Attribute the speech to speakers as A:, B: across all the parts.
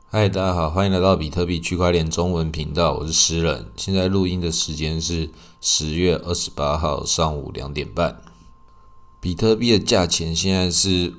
A: 嗨，大家好，欢迎来到比特币区块链中文频道，我是诗人。现在录音的时间是10月28号上午2点半。比特币的价钱现在是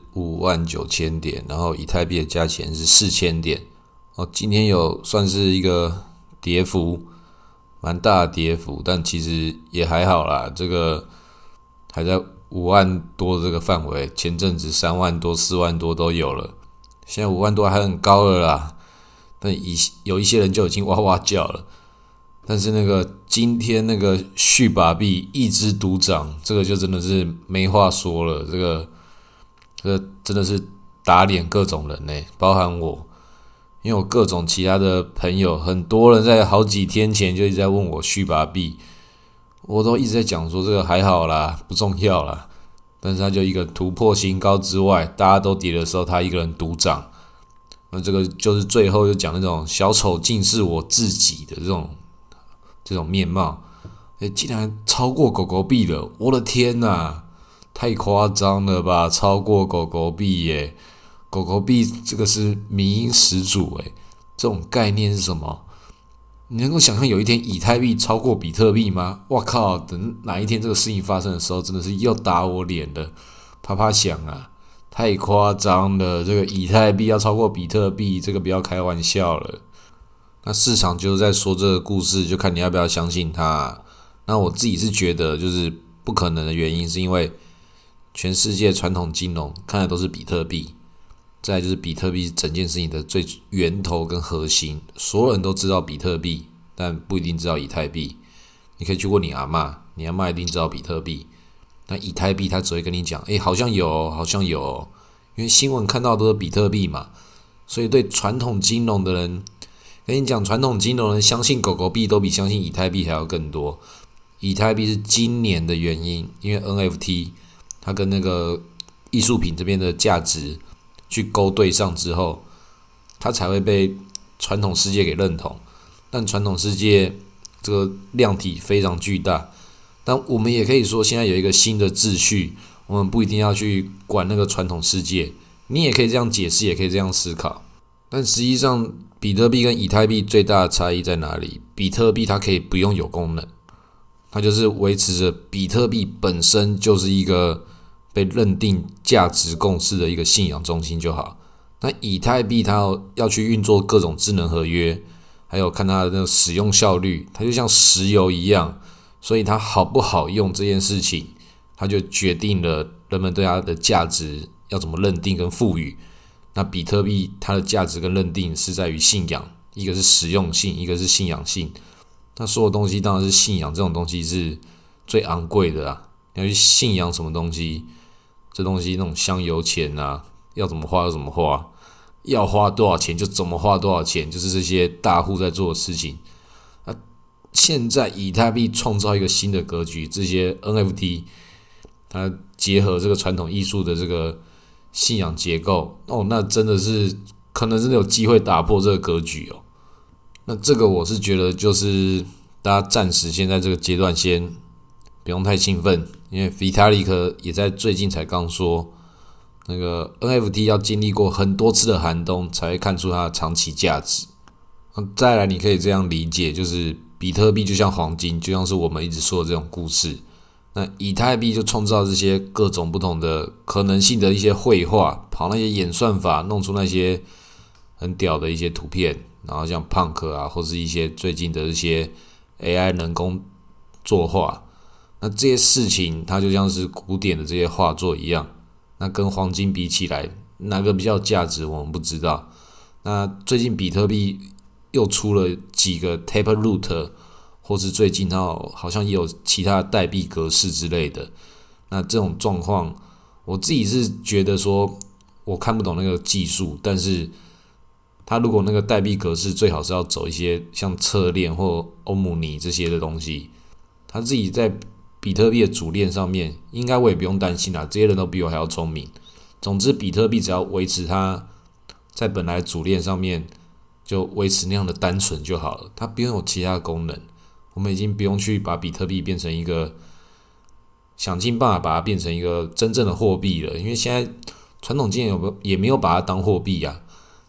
A: 59000点，然后以太币的价钱是4000点。今天有算是一个跌幅，蛮大的跌幅，但其实也还好啦。这个还在5万多这个范围，前阵子3万多、4万多都有了，现在5万多还很高了啦。但有一些人就已经哇哇叫了，但是今天续把币一枝独涨，这个就真的是没话说了，这个真的是打脸各种人呢，包含我，因为我各种其他的朋友，很多人在好几天前就一直在问我续把币，我都一直在讲说这个还好啦，不重要啦，但是他就一个突破新高之外，大家都跌的时候，他一个人独涨。那这个就是最后就讲那种小丑竟是我自己的这种面貌，竟然超过狗狗币了！我的天哪，太夸张了吧！超过狗狗币耶，狗狗币这个是迷因始祖诶，这种概念是什么？你能够想象有一天以太币超过比特币吗？哇靠！等哪一天这个事情发生的时候，真的是又打我脸了，啪啪响啊！太夸张了，这个以太币要超过比特币，这个不要开玩笑了。那市场就是在说这个故事，就看你要不要相信它。那我自己是觉得，就是不可能的原因，是因为全世界传统金融看的都是比特币，再来就是比特币是整件事情的最源头跟核心，所有人都知道比特币，但不一定知道以太币。你可以去问你阿嬷，你阿嬷一定知道比特币。那以太币他只会跟你讲，好像有哦，好像有哦，因为新闻看到的都是比特币嘛，所以对传统金融的人，跟你讲，传统金融人相信狗狗币都比相信以太币还要更多。以太币是今年的原因，因为 NFT 它跟那个艺术品这边的价值去勾对上之后，它才会被传统世界给认同。但传统世界这个量体非常巨大。但我们也可以说，现在有一个新的秩序，我们不一定要去管那个传统世界，你也可以这样解释，也可以这样思考。但实际上，比特币跟以太币最大的差异在哪里？比特币它可以不用有功能，它就是维持着比特币本身就是一个被认定价值共识的一个信仰中心就好。那以太币它要去运作各种智能合约，还有看它的那个使用效率，它就像石油一样。所以它好不好用这件事情，它就决定了人们对它的价值要怎么认定跟赋予。那比特币它的价值跟认定是在于信仰，一个是实用性，一个是信仰性。那所有东西当然是信仰这种东西是最昂贵的啦。你要去信仰什么东西，这东西那种香油钱啊，要怎么花就怎么花，要花多少钱就怎么花多少钱，就是这些大户在做的事情。现在以太币创造一个新的格局，这些 NFT 它结合这个传统艺术的这个信仰结构，那真的是可能真的有机会打破这个格局哦。那这个我是觉得就是大家暂时现在这个阶段先不用太兴奋，因为 Vitalik 也在最近才刚说，那个 NFT 要经历过很多次的寒冬才会看出它的长期价值。再来，你可以这样理解，就是比特币就像黄金，就像是我们一直说的这种故事。那以太币就创造这些各种不同的可能性的一些绘画，跑那些演算法，弄出那些很屌的一些图片，然后像 Punk 啊，或是一些最近的一些 AI 人工作画。那这些事情，它就像是古典的这些画作一样。那跟黄金比起来，哪个比较有价值，我们不知道。那最近比特币又出了几个 Taproot， 或是最近它好像也有其他的代币格式之类的。那这种状况，我自己是觉得说，我看不懂那个技术，但是它如果那个代币格式最好是要走一些像侧链或欧姆尼这些的东西，它自己在比特币的主链上面，应该我也不用担心啦，这些人都比我还要聪明。总之，比特币只要维持它在本来主链上面，就维持那样的单纯就好了，它不用有其他的功能。我们已经不用去把比特币变成一个，想尽办法把它变成一个真正的货币了，因为现在传统金融也没有把它当货币啊。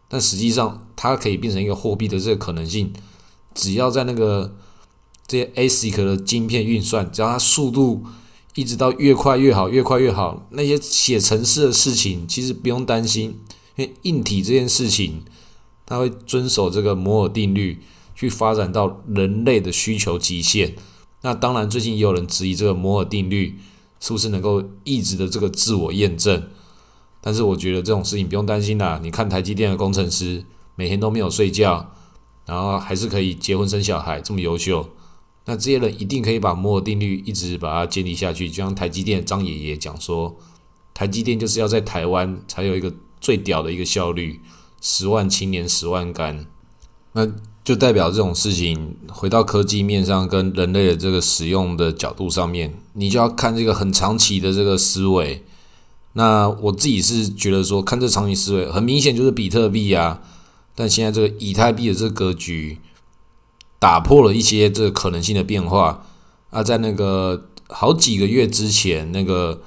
A: 但实际上它可以变成一个货币的这个可能性，只要在那个这些 ASIC 的晶片运算，只要它速度一直到越快越好，越快越好，那些写程式的事情其实不用担心，因为硬体这件事情，它会遵守这个摩尔定律去发展到人类的需求极限。那当然，最近也有人质疑这个摩尔定律是不是能够一直的这个自我验证，但是我觉得这种事情不用担心啦。你看台积电的工程师每天都没有睡觉，然后还是可以结婚生小孩，这么优秀，那这些人一定可以把摩尔定律一直把它建立下去。就像台积电的张爷爷讲说，台积电就是要在台湾才有一个最屌的一个效率，10万青年10万干。那就代表这种事情回到科技面上跟人类的这个使用的角度上面，你就要看这个很长期的这个思维。那我自己是觉得说，看这长期思维很明显就是比特币啊，但现在这个以太币的这个格局打破了一些这个可能性的变化啊，在那个好几个月之前，那个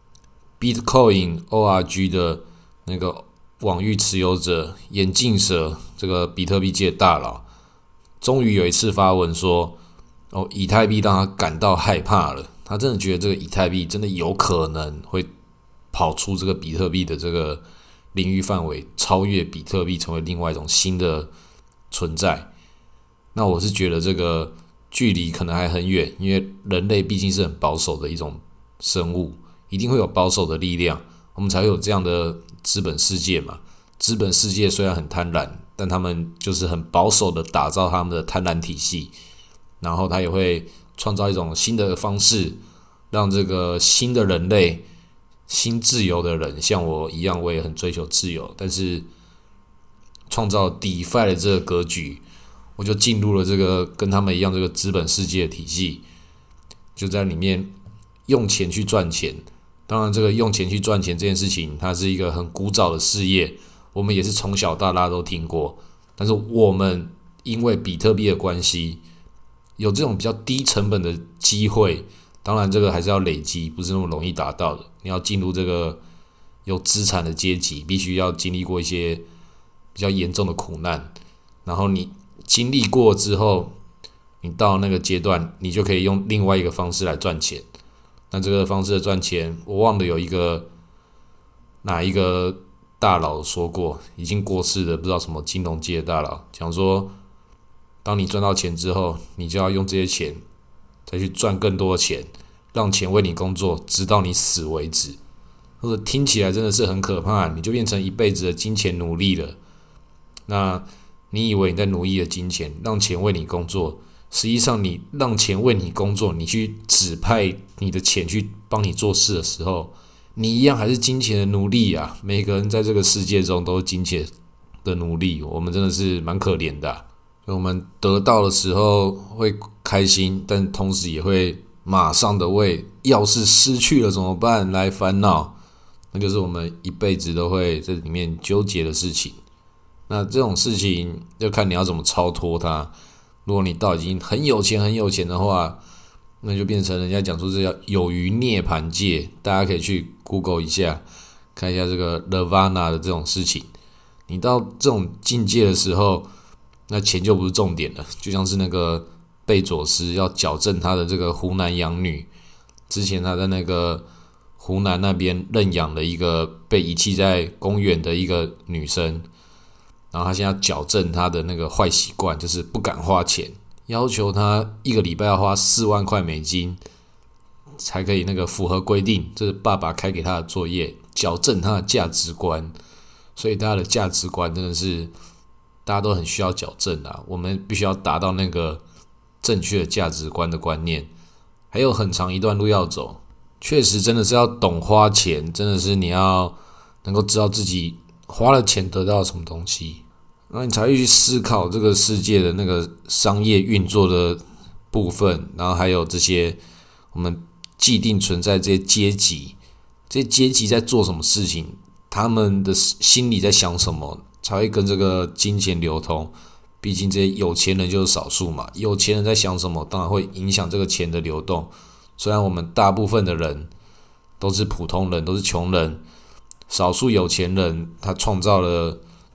A: Bitcoin ORG 的那个网域持有者眼镜蛇，这个比特币界大佬，终于有一次发文说，以太币让他感到害怕了。他真的觉得这个以太币真的有可能会跑出这个比特币的这个领域范围，超越比特币，成为另外一种新的存在。那我是觉得这个距离可能还很远，因为人类毕竟是很保守的一种生物，一定会有保守的力量，我们才会有这样的资本世界嘛。资本世界虽然很贪婪，但他们就是很保守的打造他们的贪婪体系，然后他也会创造一种新的方式，让这个新的人类、新自由的人，像我一样，我也很追求自由，但是创造 DeFi 的这个格局，我就进入了这个跟他们一样这个资本世界的体系，就在里面用钱去赚钱。当然，这个用钱去赚钱这件事情，它是一个很古早的事业，我们也是从小到大都听过。但是我们因为比特币的关系，有这种比较低成本的机会，当然这个还是要累积，不是那么容易达到的。你要进入这个有资产的阶级，必须要经历过一些比较严重的苦难，然后你经历过之后，你到那个阶段，你就可以用另外一个方式来赚钱。那这个方式的赚钱，我忘了有一个哪一个大佬说过，已经过世的不知道什么金融界的大佬讲说，当你赚到钱之后，你就要用这些钱再去赚更多的钱，让钱为你工作，直到你死为止。或者听起来真的是很可怕，你就变成一辈子的金钱奴隶了。那你以为你在奴役的金钱，让钱为你工作，实际上你让钱为你工作，你去指派你的钱去帮你做事的时候，你一样还是金钱的奴隶啊！每个人在这个世界中都是金钱的奴隶，我们真的是蛮可怜的所以我们得到的时候会开心，但同时也会马上的为要是失去了怎么办来烦恼，那就是我们一辈子都会在里面纠结的事情。那这种事情要看你要怎么超脱它。如果你到已经很有钱很有钱的话，那就变成人家讲说这叫有余涅槃界，大家可以去 Google 一下，看一下这个 Nirvana 的这种事情。你到这种境界的时候，那钱就不是重点了。就像是那个贝佐斯要矫正他的这个湖南养女，之前他在那个湖南那边认养了一个被遗弃在公园的一个女生，然后他现在要矫正他的那个坏习惯，就是不敢花钱，要求他一个礼拜要花4万块美金才可以那个符合规定，这是爸爸开给他的作业，矫正他的价值观。所以他的价值观真的是大家都很需要矫正啊，我们必须要达到那个正确的价值观的观念，还有很长一段路要走。确实真的是要懂花钱，真的是你要能够知道自己花了钱得到什么东西，然后你才会去思考这个世界的那个商业运作的部分，然后还有这些我们既定存在这些阶级，这些阶级在做什么事情，他们的心里在想什么，才会跟这个金钱流通。毕竟这些有钱人就是少数嘛，有钱人在想什么，当然会影响这个钱的流动。虽然我们大部分的人都是普通人，都是穷人，少数有钱人他创造了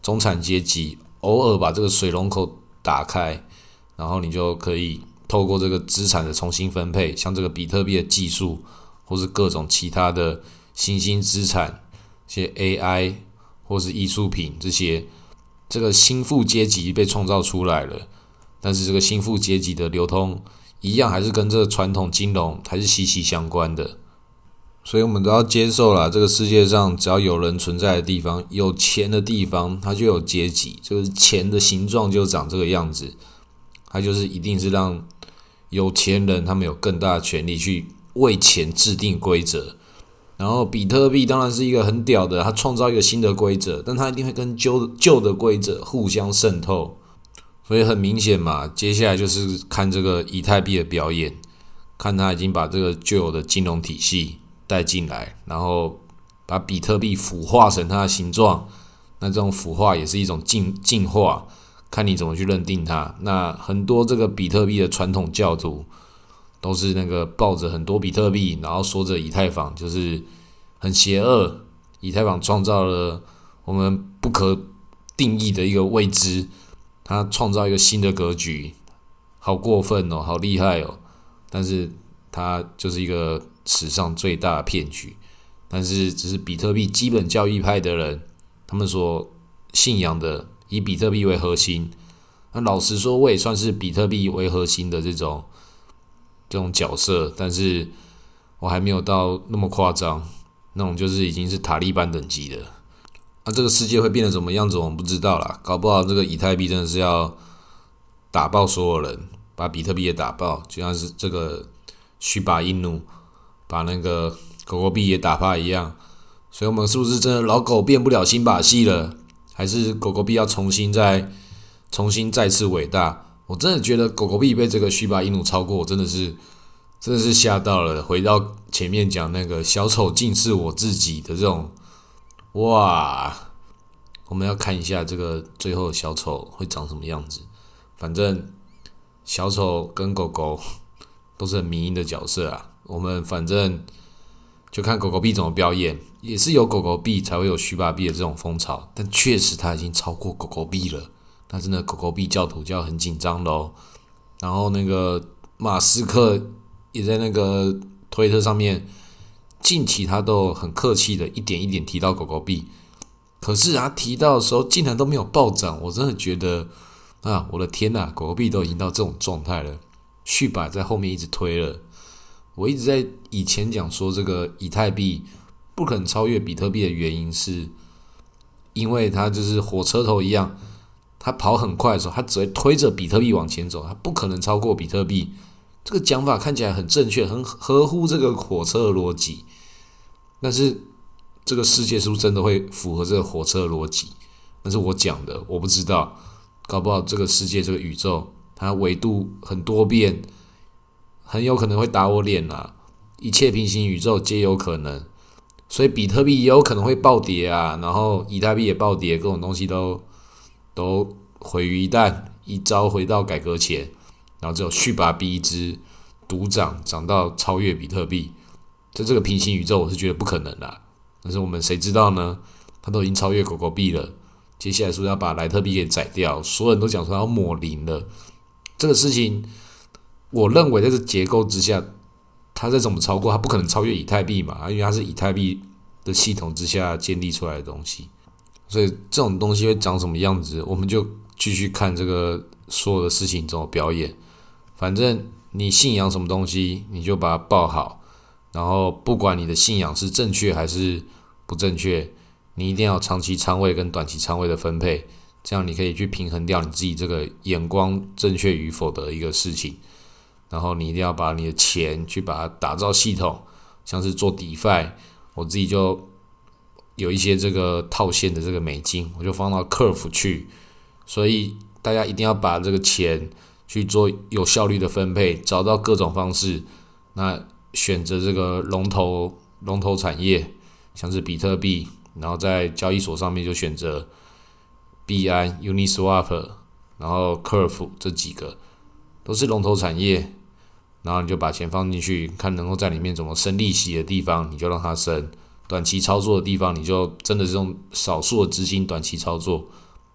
A: 中产阶级偶尔把这个水龙口打开，然后你就可以透过这个资产的重新分配，像这个比特币的技术，或是各种其他的新兴资产，一些 AI 或是艺术品这些，这个新富阶级被创造出来了。但是这个新富阶级的流通一样还是跟这个传统金融还是息息相关的，所以我们都要接受啦，这个世界上只要有人存在的地方，有钱的地方，它就有阶级，就是钱的形状就长这个样子，它就是一定是让有钱人他们有更大的权利去为钱制定规则。然后比特币当然是一个很屌的，它创造一个新的规则，但它一定会跟旧的规则互相渗透。所以很明显嘛，接下来就是看这个以太币的表演，看它已经把这个旧有的金融体系带进来，然后把比特币腐化成它的形状。那这种腐化也是一种进化，看你怎么去认定它。那很多这个比特币的传统教徒都是那个抱着很多比特币，然后说着以太坊就是很邪恶，以太坊创造了我们不可定义的一个未知。他创造一个新的格局，好过分哦，好厉害哦！但是他就是一个史上最大的骗局。但是只是比特币基本教义派的人，他们所信仰的以比特币为核心。那老实说，我也算是比特币为核心的这种角色，但是我还没有到那么夸张，那种就是已经是塔利班等级的。那这个世界会变得怎么样子，我们不知道啦。搞不好这个以太币真的是要打爆所有人，把比特币也打爆，就像是这个须把印努把那个狗狗币也打趴一样。所以我们是不是真的老狗变不了新把戏了？还是狗狗币要重新再次伟大？我真的觉得狗狗币被这个须把印努超过，我真的是吓到了。回到前面讲那个小丑竟是我自己的这种。哇，我们要看一下这个最后小丑会长什么样子。反正小丑跟狗狗都是很迷因的角色啊，我们反正就看狗狗币怎么表演，也是有狗狗币才会有须把币的这种风潮，但确实它已经超过狗狗币了，那真的狗狗币教徒就要很紧张咯。然后那个马斯克也在那个推特上面。近期他都很客气的一点一点提到狗狗币，可是他提到的时候竟然都没有暴涨，我真的觉得啊，我的天啊，狗狗币都已经到这种状态了，续把在后面一直推了。我一直在以前讲说这个以太币不可能超越比特币的原因是，因为它就是火车头一样，它跑很快的时候，它只会推着比特币往前走，它不可能超过比特币。这个讲法看起来很正确，很合乎这个火车的逻辑，但是这个世界是不是真的会符合这个火车的逻辑？那是我讲的，我不知道，搞不好这个世界这个宇宙它维度很多变，很有可能会打我脸啊！一切平行宇宙皆有可能，所以比特币也有可能会暴跌啊，然后以太币也暴跌，各种东西都毁于一旦，一朝回到改革前。然后只有续把币一只独涨到超越比特币，在这个平行宇宙我是觉得不可能啦。但是我们谁知道呢？它都已经超越狗狗币了，接下来是不是要把莱特币给宰掉？所有人都讲说要抹零了，这个事情我认为在这结构之下，它再怎么超过，它不可能超越以太币嘛，因为它是以太币的系统之下建立出来的东西。所以这种东西会长什么样子，我们就继续看这个所有的事情怎么表演。反正你信仰什么东西，你就把它报好，然后不管你的信仰是正确还是不正确，你一定要长期仓位跟短期仓位的分配，这样你可以去平衡掉你自己这个眼光正确与否的一个事情。然后你一定要把你的钱去把它打造系统，像是做 DeFi， 我自己就有一些这个套现的这个美金，我就放到 Curve 去，所以大家一定要把这个钱去做有效率的分配，找到各种方式。那选择这个龙头产业，像是比特币，然后在交易所上面就选择币安、Uniswap， 然后 Curve 这几个都是龙头产业。然后你就把钱放进去，看能够在里面怎么生利息的地方，你就让它生；短期操作的地方，你就真的是用少数的资金短期操作，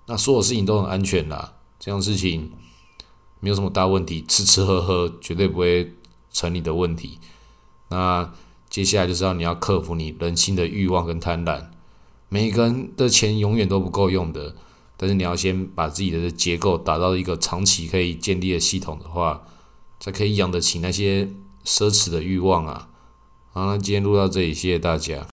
A: 那所有事情都很安全啦，这样事情没有什么大问题，吃吃喝喝绝对不会成你的问题。那接下来就是你要克服你人性的欲望跟贪婪。每个人的钱永远都不够用的，但是你要先把自己的结构打到一个长期可以建立的系统的话，才可以养得起那些奢侈的欲望啊。好，那今天录到这里，谢谢大家。